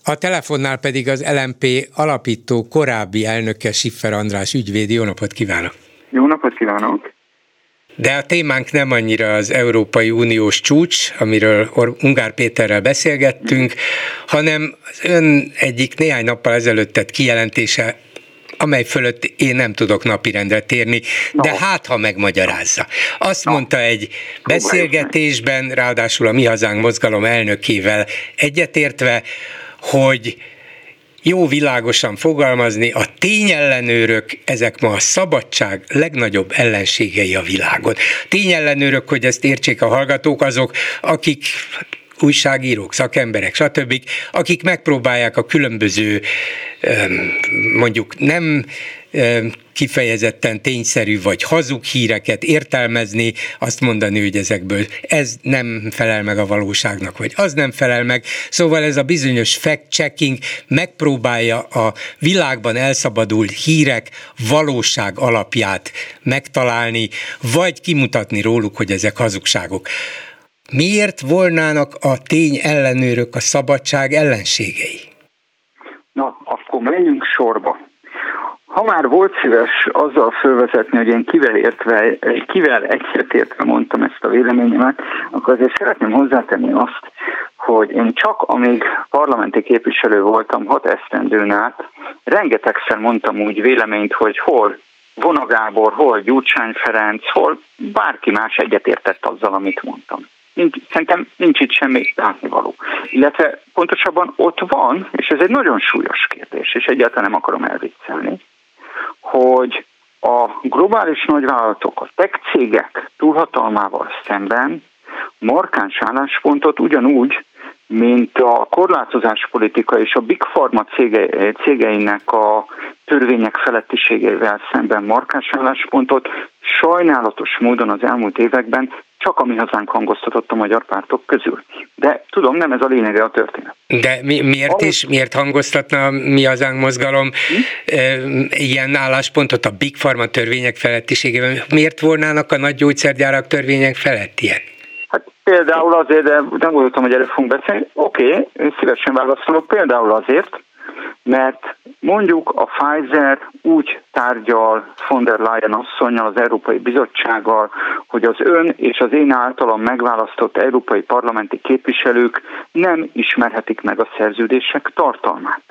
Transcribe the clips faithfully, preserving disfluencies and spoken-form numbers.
A telefonnál pedig az el em pé alapító korábbi elnöke, Schiffer András ügyvéd. Jó napot kívánok! Jó napot kívánok! De a témánk nem annyira az Európai Uniós csúcs, amiről Ungár Péterrel beszélgettünk, hanem az ön egyik néhány nappal ezelőtt tett kijelentése, amely fölött én nem tudok napirendre térni, de no. hát, ha megmagyarázza. Azt no. mondta egy beszélgetésben, ráadásul a Mi Hazánk mozgalom elnökével egyetértve, hogy jó világosan fogalmazni, a tényellenőrök, ezek ma a szabadság legnagyobb ellenségei a világon. Tényellenőrök, hogy ezt értsék a hallgatók, azok, akik újságírók, szakemberek, stb., akik megpróbálják a különböző, mondjuk nem kifejezetten tényszerű vagy hazug híreket értelmezni, azt mondani, hogy ezekből ez nem felel meg a valóságnak, vagy az nem felel meg. Szóval ez a bizonyos fact-checking megpróbálja a világban elszabadult hírek valóság alapját megtalálni, vagy kimutatni róluk, hogy ezek hazugságok. Miért volnának a tény ellenőrök a szabadság ellenségei? Na, akkor menjünk sorba. Ha már volt szíves azzal fölvezetni, hogy én kivel értve, kivel egyetértve mondtam ezt a véleményemet, akkor azért szeretném hozzátenni azt, hogy én csak amíg parlamenti képviselő voltam hat esztendőn át, rengetegszer mondtam úgy véleményt, hogy hol Vona Gábor, hol Gyurcsány Ferenc, hol bárki más egyetértett azzal, amit mondtam. Nincs, szerintem nincs itt semmi látnivaló. Illetve pontosabban ott van, és ez egy nagyon súlyos kérdés, és egyáltalán nem akarom elviccelni, hogy a globális nagyvállalatok, a tech cégek túlhatalmával szemben markáns álláspontot ugyanúgy, mint a korlátozáspolitika és a Big Pharma cége, cégeinek a törvények felettiségével szemben markáns álláspontot sajnálatos módon az elmúlt években csak a Mi Hazánk hangoztatott a magyar pártok közül. De tudom, nem ez a lényege a történet. De mi, miért Ami... is, miért hangoztatna a Mi Hazánk mozgalom hm? e, ilyen álláspontot a Big Pharma törvények felettiségében? Miért volnának a nagy gyógyszergyárak törvények felettiek? Hát például azért, de nem gondoltam, hogy erről fogunk beszélni. Oké, okay, szívesen válaszolok. Például azért, mert mondjuk a Pfizer úgy tárgyal von der Leyen asszonnyal, az Európai Bizottsággal, hogy az ön és az én általam megválasztott európai parlamenti képviselők nem ismerhetik meg a szerződések tartalmát.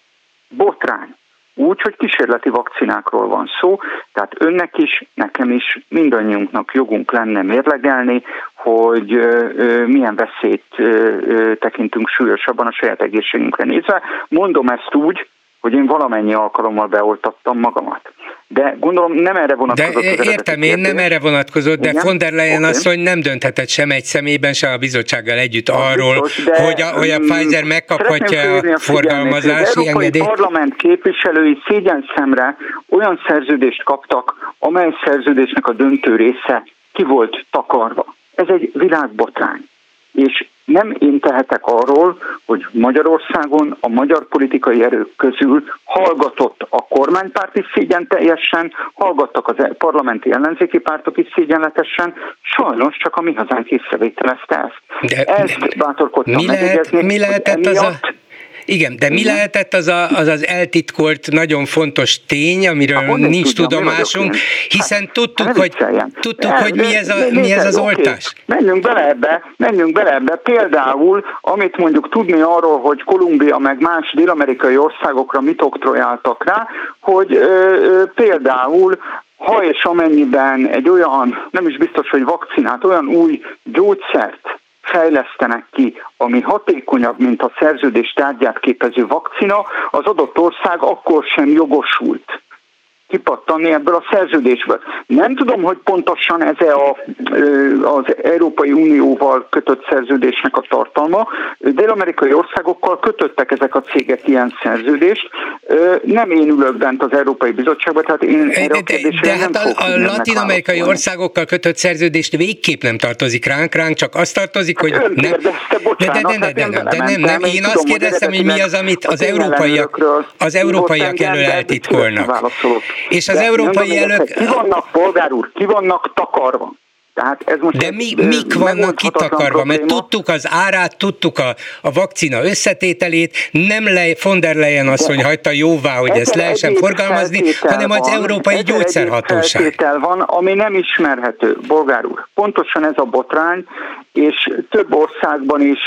Botrány. Úgy, hogy kísérleti vakcinákról van szó, tehát önnek is, nekem is, mindannyiunknak jogunk lenne mérlegelni, hogy ö, ö, milyen veszélyt ö, ö, tekintünk súlyosabban a saját egészségünkre nézve. Mondom ezt úgy, hogy én valamennyi alkalommal beoltattam magamat. De gondolom nem erre vonatkozott. De értem, én nem erre vonatkozott, de igen? von der Leyen okay. asszony nem dönthetett sem egy személyben, sem a bizottsággal együtt a arról, biztos, de, hogy, a, hogy a Pfizer megkaphatja a forgalmazási engedélyt. Az Európai Parlament képviselői szégyenszemre olyan szerződést kaptak, amely szerződésnek a döntő része ki volt takarva. Ez egy világbotrány. És nem én tehetek arról, hogy Magyarországon a magyar politikai erők közül hallgatott a kormánypárt is szégyen teljesen, hallgattak az parlamenti ellenzéki pártok is szégyenletesen, sajnos csak a Mi Hazánk észrevételezte ezt. De ezt bátorkodtam megjegyezni. Mi lehetett az a... Igen, de mi lehetett az, a, az az eltitkolt, nagyon fontos tény, amiről ha, nincs tudjam, tudomásunk, hiszen hát, tudtuk, hogy, tudtuk hogy mi ez, a, mi ez az oltás. Okay. Menjünk bele ebbe, menjünk bele ebbe. Például, amit mondjuk tudni arról, hogy Kolumbia meg más dél-amerikai országokra mit oktrojáltak rá, hogy ö, ö, például ha és amennyiben egy olyan, nem is biztos, hogy vakcinát, olyan új gyógyszert fejlesztenek ki, ami hatékonyabb, mint a szerződés tárgyát képező vakcina, az adott ország akkor sem jogosult kipattanni ebből a szerződésből. Nem tudom, hogy pontosan ez a, az Európai Unióval kötött szerződésnek a tartalma. Dél-amerikai országokkal kötöttek ezek a cégek ilyen szerződést. Nem én ülök bent az Európai Bizottságban, tehát én erre a kérdésre de, de nem hát fogok a, a latin-amerikai országokkal kötött szerződést végképp nem tartozik ránk, ránk csak azt tartozik, hogy... Hát ön nem, kérdezte, bocsánat, de, de, de, de, de nem, nem, én azt kérdeztem, hogy mi az, amit az európaiak, az európaiak elől eltitkolnak. És az de európai elnök... Ki vannak, polgár úr, ki vannak takarva? Tehát ez most de mi, mik vannak kitakarva? Mert tudtuk az árát, tudtuk a, a vakcina összetételét, nem le, von der Leyen asszony hagyta jóvá, hogy ezt lehessen forgalmazni, hanem az van, Európai Gyógyszerhatóság. Feltétel van, ami nem ismerhető, bolgár úr. Pontosan ez a botrány, és több országban is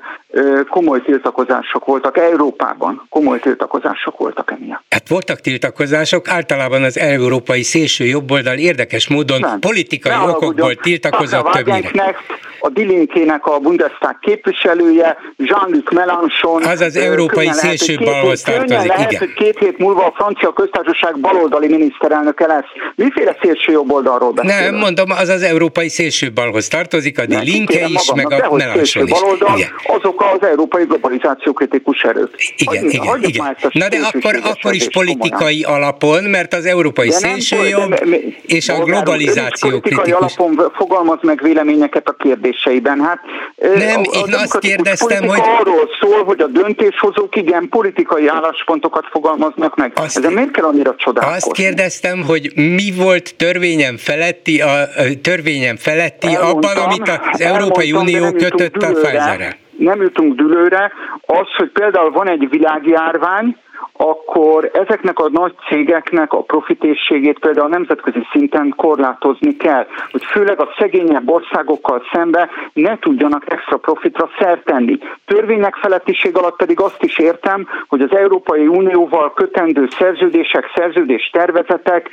komoly tiltakozások voltak, Európában komoly tiltakozások voltak emiatt. Hát voltak tiltakozások, általában az európai szélső jobboldal érdekes módon nem. politikai ne okokból tiltakozott többnyire. A Die Linkének a Bundestag képviselője, Jean-Luc Mélenchon. Az az európai szélső balhoz tartozik, lehet, igen. hogy két hét múlva a francia köztársaság baloldali miniszterelnöke lesz. Miféle szélső jobboldalról beszélünk? Nem, mondom, az az európai szélső balhoz tartozik, a Die Linke is, meg a Mélenchon is. Baloldal, azok az európai globalizáció kritikus erők. Igen, Hagy, igen, igen. Na de akkor, akkor is politikai komolyan. alapon, mert az európai szélső jobb és a globalizáció kritikus. Politikai alapon fogalmaz meg véleményeket a kérdéseiben. Hát, nem, a, én azt kérdeztem, hogy... arról szól, hogy a döntéshozók igen politikai álláspontokat fogalmaznak meg. Azt, Ezen miért kell annyira csodálkozni? Azt kérdeztem, hogy mi volt törvényen feletti, a, a törvényen feletti abban, amit az Európai Unió kötött a Pfizerrel. Nem jutunk dűlőre, az, hogy például van egy világjárvány, akkor ezeknek a nagy cégeknek a profitészségét például nemzetközi szinten korlátozni kell, hogy főleg a szegényebb országokkal szembe ne tudjanak extra profitra szert tenni. Törvények felettiség alatt pedig azt is értem, hogy az Európai Unióval kötendő szerződések, szerződés tervezetek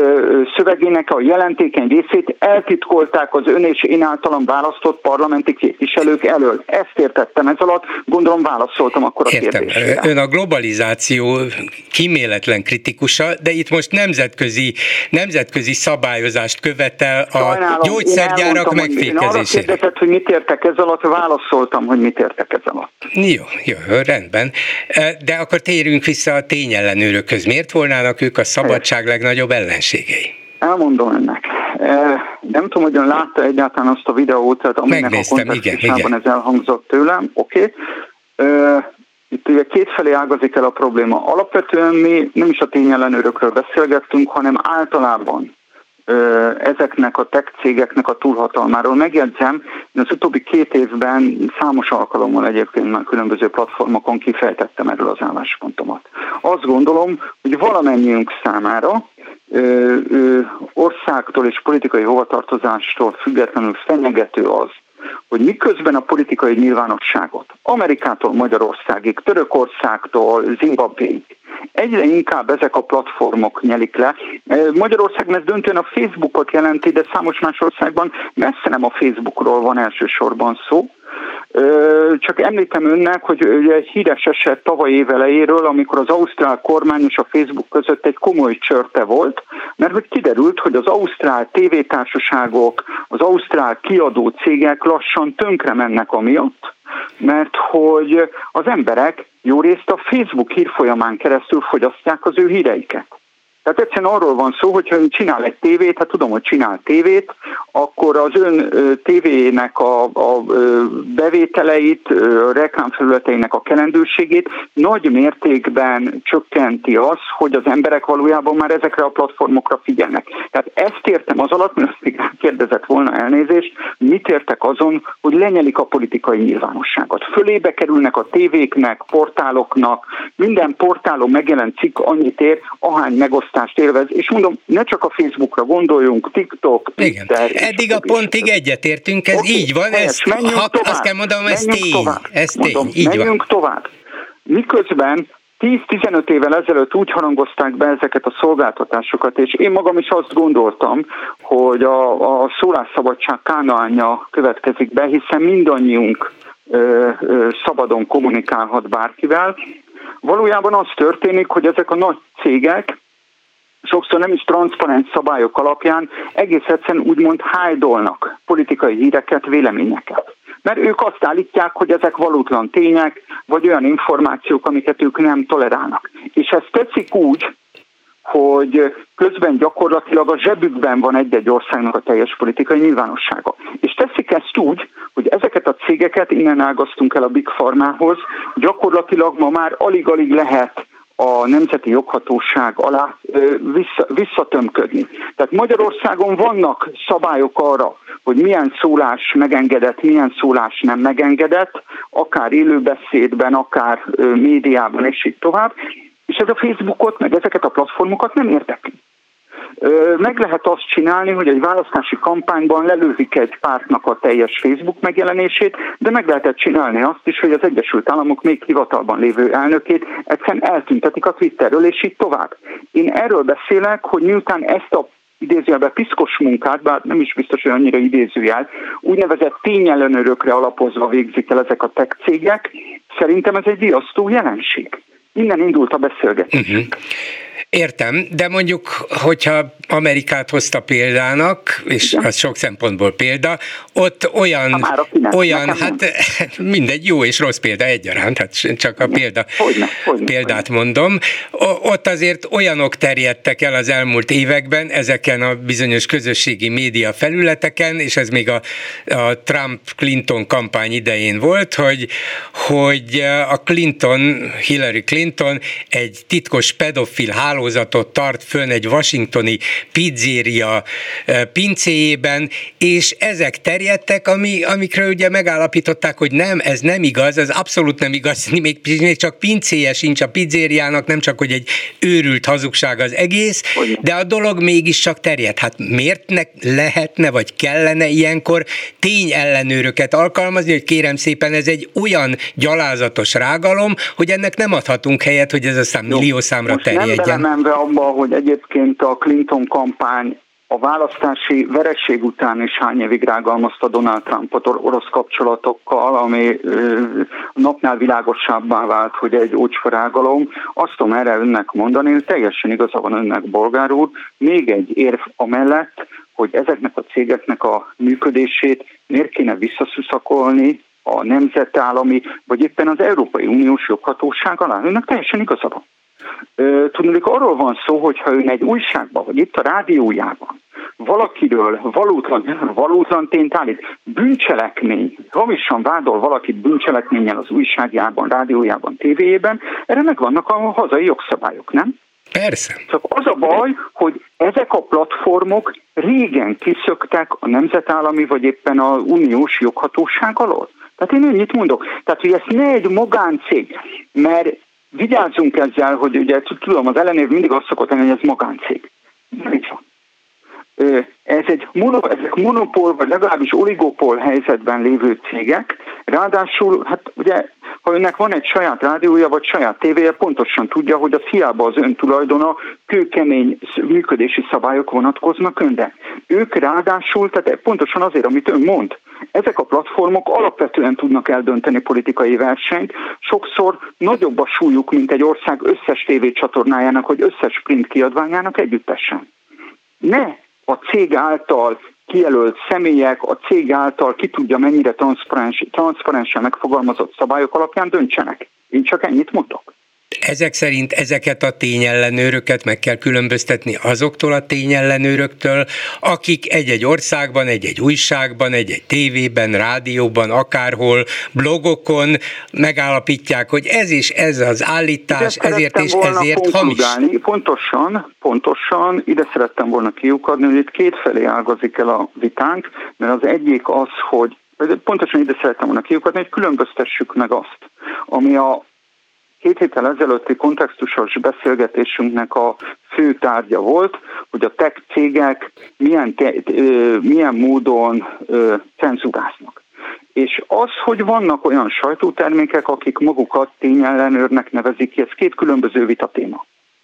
szövegének a jelentékeny részét eltitkolták az ön és én általam választott parlamenti képviselők elől. Ezt értettem ez alatt, gondolom válaszoltam akkor a Értem. kérdésére. Ön a globalizáció kíméletlen kritikusa, de itt most nemzetközi, nemzetközi szabályozást követel a Sajnálom, gyógyszergyárak megfékezésére. Én arra kérdezett, hogy mit értek ez alatt, válaszoltam, hogy mit értek ez alatt. Jó, jó, rendben. De akkor térjünk vissza a tényellenőrökhöz. Miért volnának ők a szabadság legnagyobb ellenségei? Elmondom önnek. Nem tudom, hogy ön látta egyáltalán azt a videót, tehát aminek Megnéztem, a kontextusában ez elhangzott tőlem. Oké. Okay. Itt ugye kétfelé ágazik el a probléma. Alapvetően mi nem is a tényellenőrökről beszélgettünk, hanem általában ö, ezeknek a tech cégeknek a túlhatalmáról. Megjegyzem, én az utóbbi két évben számos alkalommal egyébként már különböző platformokon kifejtettem erről az álláspontomat. Azt gondolom, hogy valamennyiünk számára ö, ö, országtól és politikai hovatartozástól függetlenül fenyegető az, hogy miközben a politikai nyilvánosságot Amerikától Magyarországig, Törökországtól Zimbabvéig egyre inkább ezek a platformok nyelik le. Magyarországon ez döntően a Facebookot jelenti, de számos más országban messze nem a Facebookról van elsősorban szó. Csak említem önnek, hogy egy híres eset tavaly év elejéről, amikor az ausztrál kormány és a Facebook között egy komoly csörte volt, mert hogy kiderült, hogy az ausztrál tévétársaságok, az ausztrál kiadó cégek lassan tönkre mennek amiatt, mert hogy az emberek jó részt a Facebook hírfolyamán keresztül fogyasztják az ő híreiket. Tehát egyszerűen arról van szó, hogyha ön csinál egy tévét, hát tudom, hogy csinál tévét, akkor az ön tévének a, a bevételeit, a reklámfelületeinek a kelendőségét nagy mértékben csökkenti az, hogy az emberek valójában már ezekre a platformokra figyelnek. Tehát ezt értem az alatt, mert azt még kérdezett volna elnézést, mit értek azon, hogy lenyelik a politikai nyilvánosságot. Fölébe kerülnek a tévéknek, portáloknak, minden portálon megjelent cikk annyit ér, ahány megosztás élvez, és mondom, ne csak a Facebookra gondoljunk, TikTok, Twitter. Eddig a pontig egyetértünk, ez okay, így van, ez, ha, azt kell mondanom, ez tény. Ez tény, mondom, így menjünk van. tovább. Miközben tíz-tizenöt évvel ezelőtt úgy harangozták be ezeket a szolgáltatásokat, és én magam is azt gondoltam, hogy a, a szólásszabadság kánaánja következik be, hiszen mindannyiunk ö, ö, szabadon kommunikálhat bárkivel. Valójában az történik, hogy ezek a nagy cégek sokszor nem is transzparens szabályok alapján egész egyszerűen úgymond hájdolnak politikai híreket, véleményeket. Mert ők azt állítják, hogy ezek valótlan tények, vagy olyan információk, amiket ők nem tolerálnak. És ez tetszik úgy, hogy közben gyakorlatilag a zsebükben van egy-egy országnak a teljes politikai nyilvánossága. És teszik ezt úgy, hogy ezeket a cégeket, innen ágaztunk el a Big Pharmához, gyakorlatilag ma már alig-alig lehet a nemzeti joghatóság alá vissza, visszatömködni. Tehát Magyarországon vannak szabályok arra, hogy milyen szólás megengedett, milyen szólás nem megengedett, akár élőbeszédben, akár médiában, és így tovább. És ez a Facebookot, meg ezeket a platformokat nem érdekli. Meg lehet azt csinálni, hogy egy választási kampányban lelőzik egy pártnak a teljes Facebook megjelenését, de meg lehetett csinálni azt is, hogy az Egyesült Államok még hivatalban lévő elnökét egyszerűen eltüntetik a Twitterről, és így tovább. Én erről beszélek, hogy miután ezt a idézőjelben piszkos munkát, bár nem is biztos, hogy annyira idézőjel, úgynevezett tényellenőrökre alapozva végzik el ezek a tech cégek, szerintem ez egy riasztó jelenség. Innen indult a beszélgetés. Uh-huh. Értem, de mondjuk, hogyha Amerikát hozta példának, és igen, az sok szempontból példa, ott olyan, olyan hát mindegy, jó és rossz példa egyaránt, hát csak a példa, hogyne, hogyne, példát hogyne. mondom. Ott azért olyanok terjedtek el az elmúlt években ezeken a bizonyos közösségi média felületeken, és ez még a, a Trump-Clinton kampány idején volt, hogy, hogy a Clinton, Hillary Clinton egy titkos pedofil hálózatot tart fönn egy washingtoni pizzeria pincéjében, és ezek terjedtek, ami, amikről ugye megállapították, hogy nem, ez nem igaz, ez abszolút nem igaz, még, még csak pincéje sincs a pizzériának, nem csak, hogy egy őrült hazugság az egész, de a dolog mégiscsak terjed. Hát miért ne lehetne, vagy kellene ilyenkor tényellenőröket alkalmazni, hogy kérem szépen, ez egy olyan gyalázatos rágalom, hogy ennek nem adhatunk helyet, hogy ez aztán millió számra terjedjen. Nem belemenve abba, hogy egyébként a Clinton kampány a választási vereség után is hány évig rágalmazta Donald Trumpot orosz kapcsolatokkal, ami napnál világosabbá vált, hogy egy ócska rágalom. Azt tudom erre önnek mondani, hogy teljesen igaza van önnek, bolgár úr, még egy érv amellett, hogy ezeknek a cégeknek a működését miért kéne visszaszuszakolni a nemzetállami, vagy éppen az Európai Uniós joghatóság alá. Önnek teljesen igaza van. Tudnék, arról van szó, hogy ha ön egy újságban, vagy itt a rádiójában valakiről valótlan, valótlan tényt állít, bűncselekmény, hamisan vádol valakit bűncselekménnyel az újságjában, rádiójában, tévéjében, erre megvannak a hazai jogszabályok, nem? Persze. Csak az a baj, hogy ezek a platformok régen kiszöktek a nemzetállami, vagy éppen az uniós joghatóság alól. Tehát én ennyit mondok. Tehát, hogy ez ne egy magáncég, mert vigyázzunk ezzel, hogy ugye tudom, az ellenév mindig azt szokott lenni, hogy ez magáncég. Nem így van. Ez egy mono, ezek monopól, vagy legalábbis oligopól helyzetben lévő cégek, ráadásul, hát ugye, ha önnek van egy saját rádiója, vagy saját tévéje, pontosan tudja, hogy az hiába az ön tulajdona, kőkemény működési szabályok vonatkoznak önre. Ők ráadásul, tehát pontosan azért, amit ön mond, ezek a platformok alapvetően tudnak eldönteni politikai versenyt, sokszor nagyobb a súlyuk, mint egy ország összes tévécsatornájának, vagy összes print kiadványának együttesen. Ne a cég által kijelölt személyek, a cég által ki tudja mennyire transzparens, transzparensen megfogalmazott szabályok alapján döntsenek. Én csak ennyit mondok. Ezek szerint ezeket a tényellenőröket meg kell különböztetni azoktól a tényellenőröktől, akik egy-egy országban, egy-egy újságban, egy-egy tévében, rádióban, akárhol, blogokon megállapítják, hogy ez is ez az állítás, ide ezért és ezért hamis. Pontosan, pontosan, ide szerettem volna kiukadni, hogy itt kétfelé ágazik el a vitánk, mert az egyik az, hogy pontosan ide szerettem volna kiukadni, hogy különböztessük meg azt, ami a Két héttel ezelőtti kontextusos beszélgetésünknek a fő tárgya volt, hogy a tech cégek milyen, te, milyen módon cenzúráznak. És az, hogy vannak olyan sajtótermékek, akik magukat tényellenőrnek nevezik ki, ez két különböző vitatéma.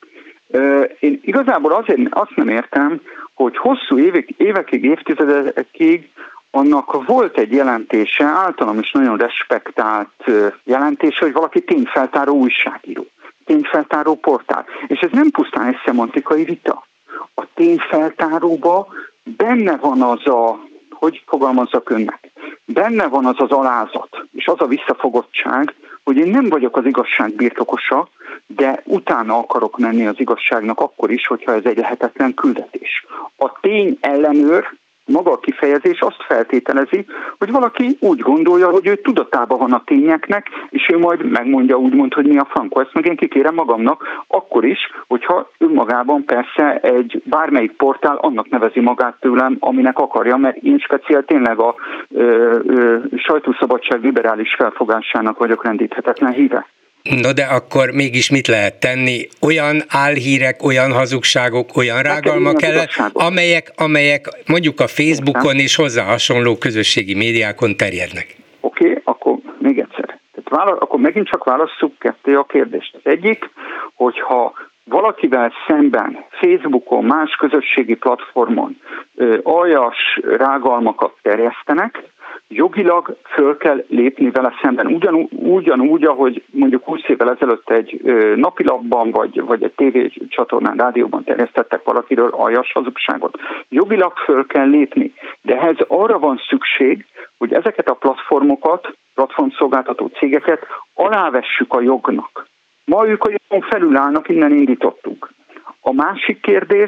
Én igazából azért azt nem értem, hogy hosszú évek, évekig, évtizedekig annak volt egy jelentése, általam is nagyon respektált jelentése, hogy valaki tényfeltáró újságíró, tényfeltáró portál. És ez nem pusztán egy szemantikai vita. A tényfeltáróba benne van az a, hogy fogalmazzak önnek, benne van az az alázat, és az a visszafogottság, hogy én nem vagyok az igazság birtokosa, de utána akarok menni az igazságnak akkor is, hogyha ez egy lehetetlen küldetés. A tény ellenőr Maga a kifejezés azt feltételezi, hogy valaki úgy gondolja, hogy ő tudatában van a tényeknek, és ő majd megmondja úgymond, hogy mi a frankó. Ezt meg én kikérem magamnak, akkor is, hogyha önmagában persze egy bármelyik portál annak nevezi magát tőlem, aminek akarja, mert én speciál tényleg a ö, ö, sajtószabadság liberális felfogásának vagyok rendíthetetlen híve. No de akkor mégis mit lehet tenni? Olyan álhírek, olyan hazugságok, olyan rágalmak ellen, amelyek, amelyek mondjuk a Facebookon és hozzá hasonló közösségi médiákon terjednek. Oké, okay, akkor még egyszer. Tehát vála- akkor megint csak válasszuk ketté a kérdést. Az egyik, hogyha valakivel szemben Facebookon, más közösségi platformon ö, aljas rágalmakat terjesztenek, jogilag föl kell lépni vele szemben. Ugyanúgy, ugyanúgy ahogy mondjuk húsz évvel ezelőtt egy ö, napilapban, vagy, vagy egy tévécsatornán, rádióban terjesztettek valakiről aljas hazugságot. Jogilag föl kell lépni, de ehhez arra van szükség, hogy ezeket a platformokat, platformszolgáltató cégeket alávessük a jognak. Ma ők a jogon felül állnak, innen indítottuk. A másik kérdés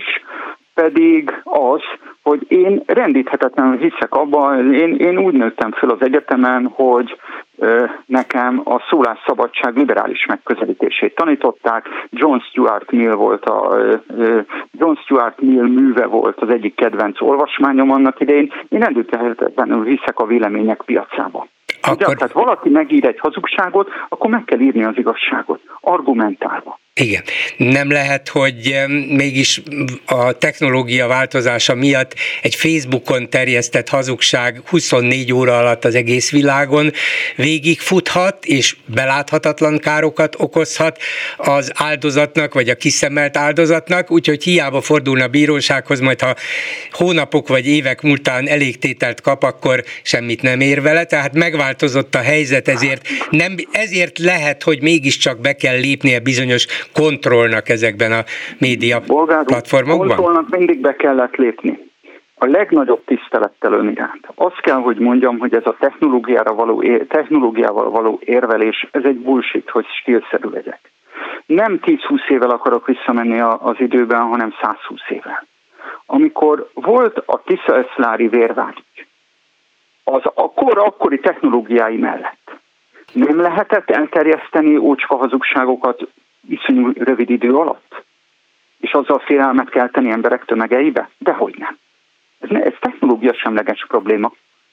pedig az, hogy én rendíthetetlenül hiszek abban, én, én úgy nőttem föl az egyetemen, hogy ö, nekem a szólásszabadság liberális megközelítését tanították. John Stuart Mill volt a ö, John Stuart Mill műve volt az egyik kedvenc olvasmányom annak idején. Én rendíthetetlenül hiszek a vélemények piacába. Akkor... Ugye, tehát valaki megír egy hazugságot, akkor meg kell írni az igazságot, argumentálva. Igen. Nem lehet, hogy mégis a technológia változása miatt egy Facebookon terjesztett hazugság huszonnégy óra alatt az egész világon végigfuthat, és beláthatatlan károkat okozhat az áldozatnak, vagy a kiszemelt áldozatnak, úgyhogy hiába fordulna a bírósághoz, majd ha hónapok vagy évek múltán elégtételt kap, akkor semmit nem ér vele, tehát megváltozott a helyzet, ezért, nem, ezért lehet, hogy mégiscsak be kell lépnie bizonyos kontrollnak ezekben a média platformokban? Kontrollnak mindig be kellett lépni. A legnagyobb tisztelettel ön iránt. Azt kell, hogy mondjam, hogy ez a technológiára való, technológiával való érvelés, ez egy bullshit, hogy stílszerű legyek. Nem tíz-húsz évvel akarok visszamenni az időben, hanem száz-húsz évvel. Amikor volt a Tisza-Eszlári vérvágy, az akkor akkori technológiái mellett nem lehetett elterjeszteni ócska hazugságokat iszonyú rövid idő alatt? És azzal félelmet kelteni emberek tömegeibe? Dehogy nem. Ez, ne, ez technológia semleges probléma.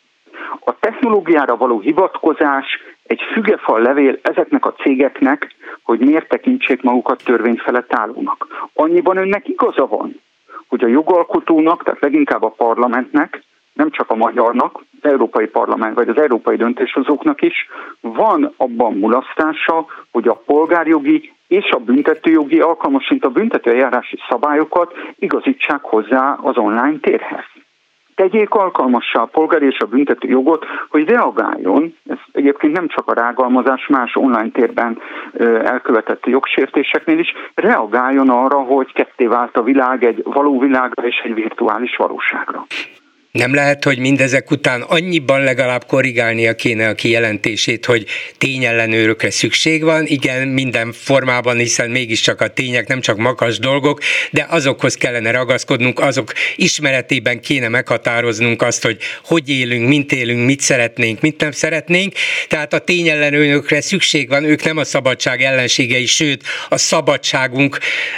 A technológiára való hivatkozás egy fügefal levél ezeknek a cégeknek, hogy miért tekintsék magukat törvény felett állónak. Annyiban önnek igaza van, hogy a jogalkotónak, tehát leginkább a parlamentnek, nem csak a magyarnak, az Európai Parlament vagy az európai döntéshozóknak is van abban mulasztása, hogy a polgárjogi és a büntetőjogi, alkalmasint a büntetőeljárási szabályokat igazítsák hozzá az online térhez. Tegyék alkalmassá a polgári és a büntető jogot, hogy reagáljon, ez egyébként nem csak a rágalmazás, más online térben elkövetett jogsértéseknél is, reagáljon arra, hogy ketté vált a világ egy való világra és egy virtuális valóságra. Nem lehet, hogy mindezek után annyiban legalább korrigálnia kéne a kijelentését, hogy tényellenőrökre szükség van, igen, minden formában, hiszen mégiscsak a tények nem csak makacs dolgok, de azokhoz kellene ragaszkodnunk, azok ismeretében kéne meghatároznunk azt, hogy hogy élünk, mint élünk, mit szeretnénk, mit nem szeretnénk, tehát a tényellenőrökre szükség van, ők nem a szabadság ellenségei, sőt, a szabadságunk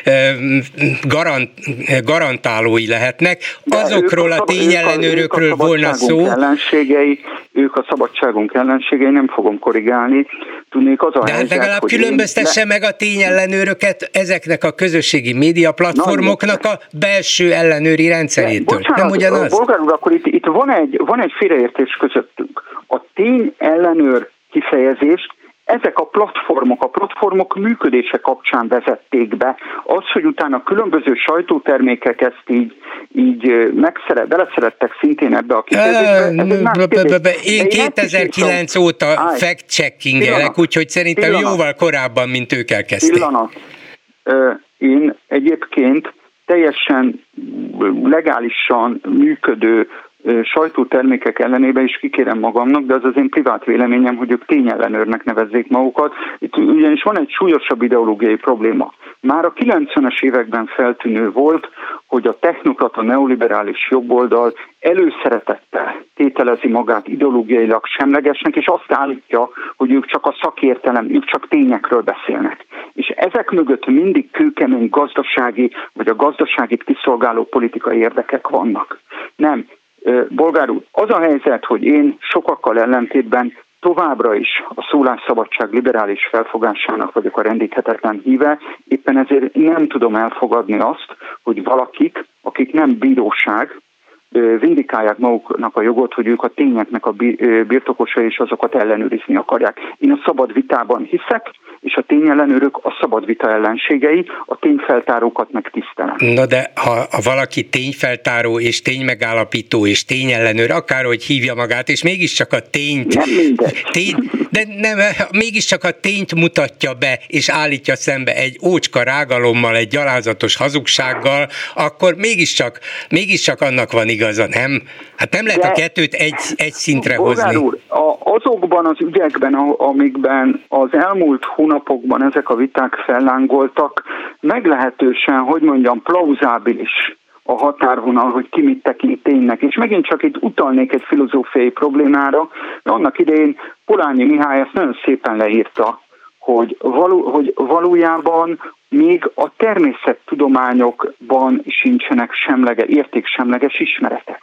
garant, garantálói lehetnek, azokról a tényellenőrökről Ők volna szó. Ellenségei, ők a szabadságunk ellenségei, nem fogom korrigálni. Tudnék az a De helyzet, legalább különböztesse le... meg a tényellenőröket ezeknek a közösségi média platformoknak a belső ellenőri rendszerétől. Bocsánat, nem ugyanaz? Bolgár úr, akkor itt, itt van, egy, van egy félreértés közöttünk. A tényellenőr kifejezést ezek a platformok, a platformok működése kapcsán vezették be. Az, hogy utána különböző sajtótermékek ezt így, így megszeret, beleszerettek szintén ebbe a kifejezésbe. Én kétezer-kilenc óta fact-checkingelek, úgyhogy szerintem jóval korábban, mint ők elkezdték. Pillanat. Én egyébként teljesen legálisan működő sajtótermékek ellenében is kikérem magamnak, de az az én privát véleményem, hogy ők tényellenőrnek nevezzék magukat. Itt ugyanis van egy súlyosabb ideológiai probléma. Már a kilencvenes években feltűnő volt, hogy a technokrata neoliberális jobboldal előszeretettel tételezi magát ideológiailag semlegesnek, és azt állítja, hogy ők csak a szakértelem, ők csak tényekről beszélnek. És ezek mögött mindig kőkemény gazdasági, vagy a gazdasági kiszolgáló politikai érdekek vannak. Nem. Bolgár úr, az a helyzet, hogy én sokakkal ellentétben továbbra is a szólásszabadság liberális felfogásának vagyok a rendíthetetlen híve, éppen ezért nem tudom elfogadni azt, hogy valakik, akik nem bíróság, vindikálják maguknak a jogot, hogy ők a tényeknek a birtokosai, és azokat ellenőrizni akarják. Én a szabad vitában hiszek, és a tényellenőrök a szabad vita ellenségei, a tényfeltárókat meg tisztelem. Na de ha, ha valaki tényfeltáró és ténymegállapító és tényellenőr, akárhogy hívja magát, és mégiscsak a tényt... Nem mindegy. Tény, de nem, mégiscsak a tényt mutatja be, és állítja szembe egy ócska rágalommal, egy gyalázatos hazugsággal, akkor mégiscsak, mégiscsak annak van igaza, nem? Hát nem lehet de, a kettőt egy, egy szintre hozni. Úr, a, azokban az ügyekben, amikben az elmúlt hónapokban ezek a viták fellángoltak, meglehetősen, hogy mondjam, plauzábilis a határvonal, hogy ki mit tekint ténynek. És megint csak itt utalnék egy filozófiai problémára, mert annak idején Polányi Mihály ezt nagyon szépen leírta, hogy, való, hogy valójában még a természettudományokban sincsenek semlege, értéksemleges ismeretek.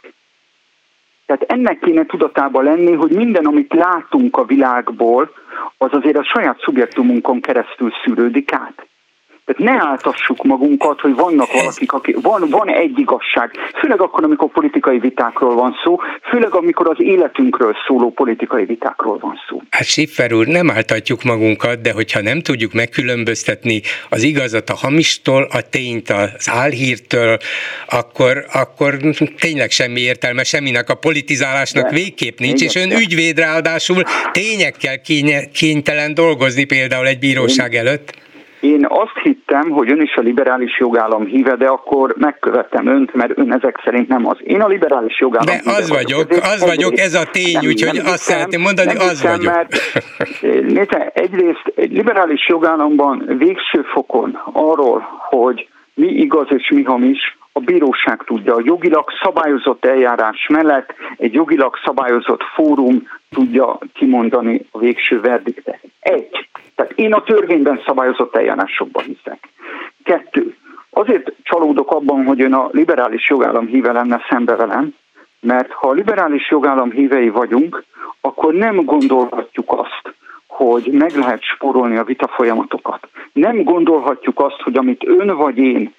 Tehát ennek kéne tudatában lenni, hogy minden, amit látunk a világból, az azért a saját szubjektumunkon keresztül szűrődik át. Tehát ne áltassuk magunkat, hogy vannak valakik, akik, van, van egy igazság. Főleg akkor, amikor politikai vitákról van szó, főleg amikor az életünkről szóló politikai vitákról van szó. Hát Schiffer úr, nem áltatjuk magunkat, de hogyha nem tudjuk megkülönböztetni az igazat a hamistól, a tényt az álhírtől, akkor, akkor tényleg semmi értelme, semminek a politizálásnak de, végképp nincs, és ön ügyvéd ráadásul tényekkel kénytelen dolgozni például egy bíróság előtt. Én azt hittem, hogy ön is a liberális jogállam híve, de akkor megkövettem önt, mert ön ezek szerint nem az. Én a liberális jogállam de híve az vagyok, vagyok az vagyok, ez a tény, úgyhogy azt szeretném mondani, az hiszem, vagyok. Mert, nézze, egyrészt egy liberális jogállamban végső fokon arról, hogy mi igaz és mi hamis, a bíróság tudja. A jogilag szabályozott eljárás mellett egy jogilag szabályozott fórum tudja kimondani a végső verdiktet. Egy. Tehát én a törvényben szabályozott eljárásokban hiszek. Kettő. Azért csalódok abban, hogy ön a liberális jogállam híve lenne szembe velem, mert ha a liberális jogállam hívei vagyunk, akkor nem gondolhatjuk azt, hogy meg lehet spórolni a vita folyamatokat. Nem gondolhatjuk azt, hogy amit ön vagy én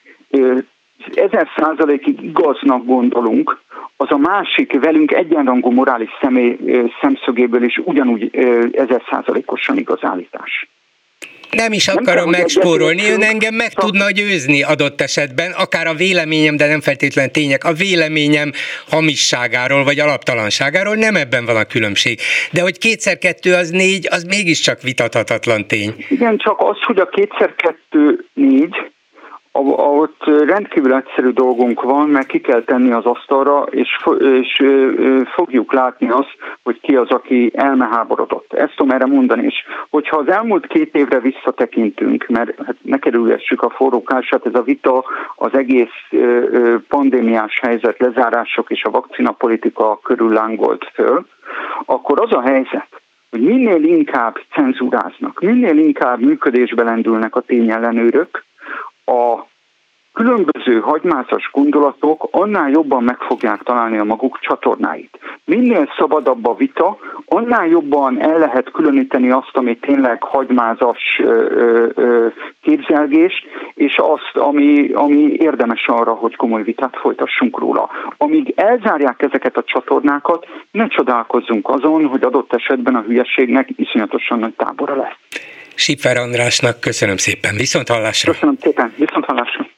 ezer százalékig igaznak gondolunk, az a másik velünk egyenrangú morális személy szemszögéből is ugyanúgy ezer százalékosan igaz állítás. Nem is akarom megspórolni, ön engem meg tudna győzni adott esetben, akár a véleményem, de nem feltétlenül tények, a véleményem hamisságáról vagy alaptalanságáról, nem ebben van a különbség. De hogy kétszer kettő az négy, az mégiscsak vitathatatlan tény. Igen, csak az, hogy a kétszer kettő négy, ott rendkívül egyszerű dolgunk van, mert ki kell tenni az asztalra, és, és fogjuk látni azt, hogy ki az, aki elmeháborodott. Ezt tudom erre mondani, és hogyha az elmúlt két évre visszatekintünk, mert hát ne kerülgessük a forrókását, ez a vita az egész pandémiás helyzet, lezárások és a vakcinapolitika körül lángolt föl, akkor az a helyzet, hogy minél inkább cenzúráznak, minél inkább működésbe lendülnek a tényellenőrök, a különböző hagymázas gondolatok annál jobban meg fogják találni a maguk csatornáit. Minél szabadabb a vita, annál jobban el lehet különíteni azt, ami tényleg hagymázas ö, ö, képzelgés, és azt, ami, ami érdemes arra, hogy komoly vitát folytassunk róla. Amíg elzárják ezeket a csatornákat, ne csodálkozzunk azon, hogy adott esetben a hülyeségnek iszonyatosan nagy tábora lesz. Schiffer Andrásnak köszönöm szépen, viszont hallásra. Köszönöm szépen, viszont hallásra.